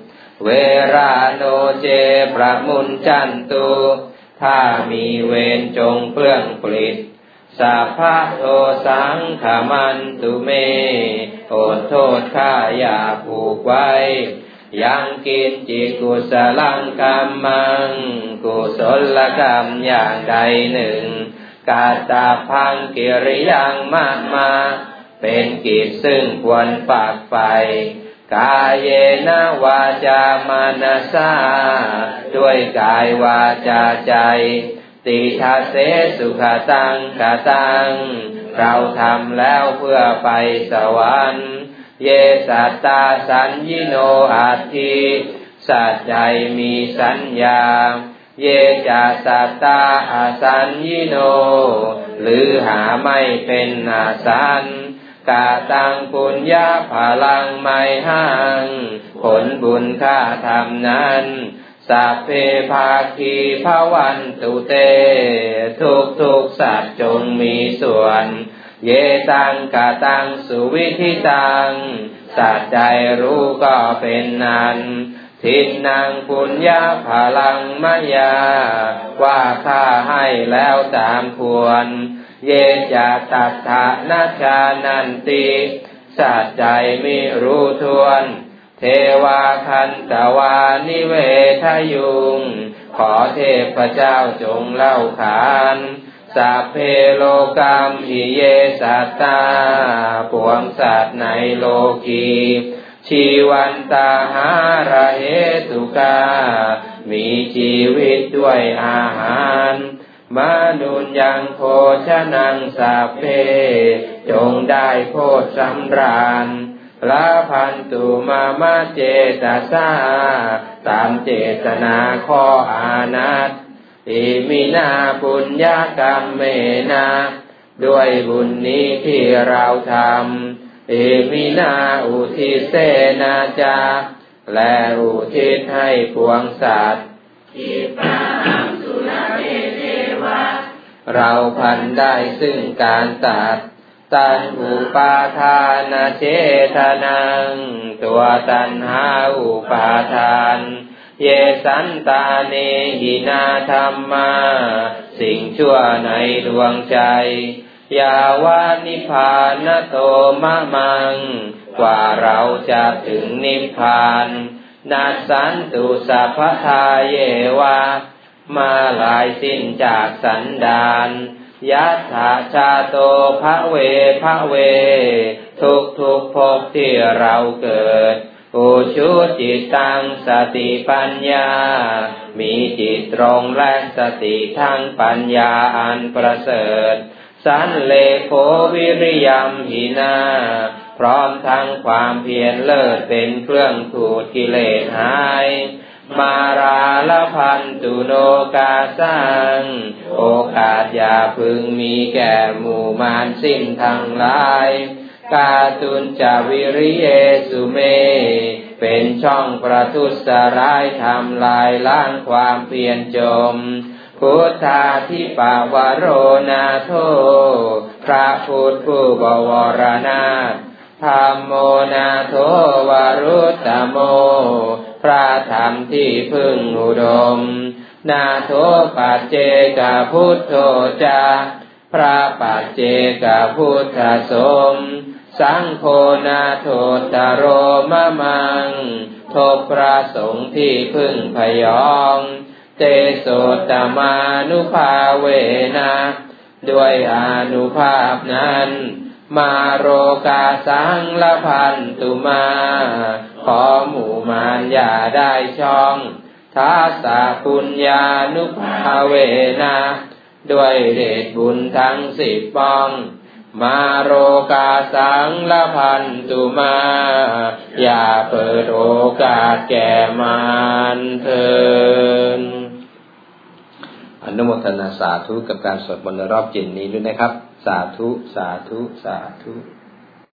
เวราโนเจประมุนจันตุถ้ามีเวรจงเปลื้องปลิดสัพพะโทสังขมันตุเมโอดโทษข้าอย่าผูกไว้ยังกินจิกุศลังกรรมังกุศลกรรมอย่างใดหนึ่งกาตาพังกิริยังมากมาเป็นกิจซึ่งควรฝากไฟกายเยนะวาจามานสาด้วยกายวาจาใจติทัสเสสุขตังกตังเราทำแล้วเพื่อไปสวรรค์เยสัตตาสัญญิโนอัตถิสัตว์ใดมีสัญญาเยจาสัตตาอาสัญญิโนหรือหาไม่เป็นอาสันกาตังปุญญาภาลังไมหังผลบุญข้าทำนั้นสัพเพภาคีภวันตุเตทุกทุกสัตว์จงมีส่วนเยตังกาตังสุวิธิตังสัตว์ใจรู้ก็เป็นนั้นทินนางปุญญาภาลังมยาว่าข้าให้แล้วตามควรเยจะตัทธานาชานันติสัตว์ใจมิรู้ทวนเทวาคันตวานิเวทยุงขอเทพเจ้าจงเล่าขานสัพเพโลกัมหิเยสัตตาปวงสัตว์ในโลกีชีวันตาหาระเหตุกามีชีวิตด้วยอาหารมานุนยังโภชนังสัพเพจงได้โภชสำราญละพันตุมามาเจตสาตามเจตนาข้ออานัตอิมินาปุญญากรรมเมนะด้วยบุญนี้ที่เราทำอิมินาอุทิเสนาจาและอุทิศให้ปวงสัตว์อิปะหังสุรเทวะเราพันได้ซึ่งการตัดตัณหุปาทานเจตนังตัวตัณหาอุปาทานเยสันตาเนหินาธรรมาสิ่งชั่วในดวงใจยาวานิพพานโตมะมังกว่าเราจะถึงนิพพานนัสสันตุสัพพทาเยวะมาลายสิ้นจากสันดานยัตถาชาโตภะเวภะเวทุกทุกภพที่เราเกิดอุชุจิตังสติปัญญามีจิตตรงและสติทั้งปัญญาอันประเสริฐสันเลโภวิริยัมหินาพร้อมทั้งความเพียรเลิศเป็นเครื่องขูดกิเลสหายมาราลพันตุโนกาสังโอกาสอย่าพึงมีแก่หมู่มารสิ้นทั้งหลายกาตุนจาวิริเยสุเมเป็นช่องประทุษร้ายทำลายล้างความเพียรจมพุทธาธิปาวโรนาโทพระพุทธผู้บวรนาถธัมโมนาโทวารุตตโมพระธรรมที่พึ่งอุดมนาโทปัจเจกพุทโธจาพระปัจเจกพุทธสมสังโฆนาโทตโรมะมังทบพระสงฆ์ที่พึ่งพยองเตโสตมานุภาเวนะด้วยอานุภาพนั้นมาโรกาสังละพันตุมาขอหมู่มารอย่าได้ช่องทัสสะปุญญานุภาเวนะด้วยเดชบุญทั้งสิบป้องมาโรกาสังละพันตุมาอย่าเปิดโอกาสแก่มารเถิดอนุโมทนาสาธุกับการสวดมนต์รอบเย็นนี้ด้วยนะครับสาธุสาธุสาธุ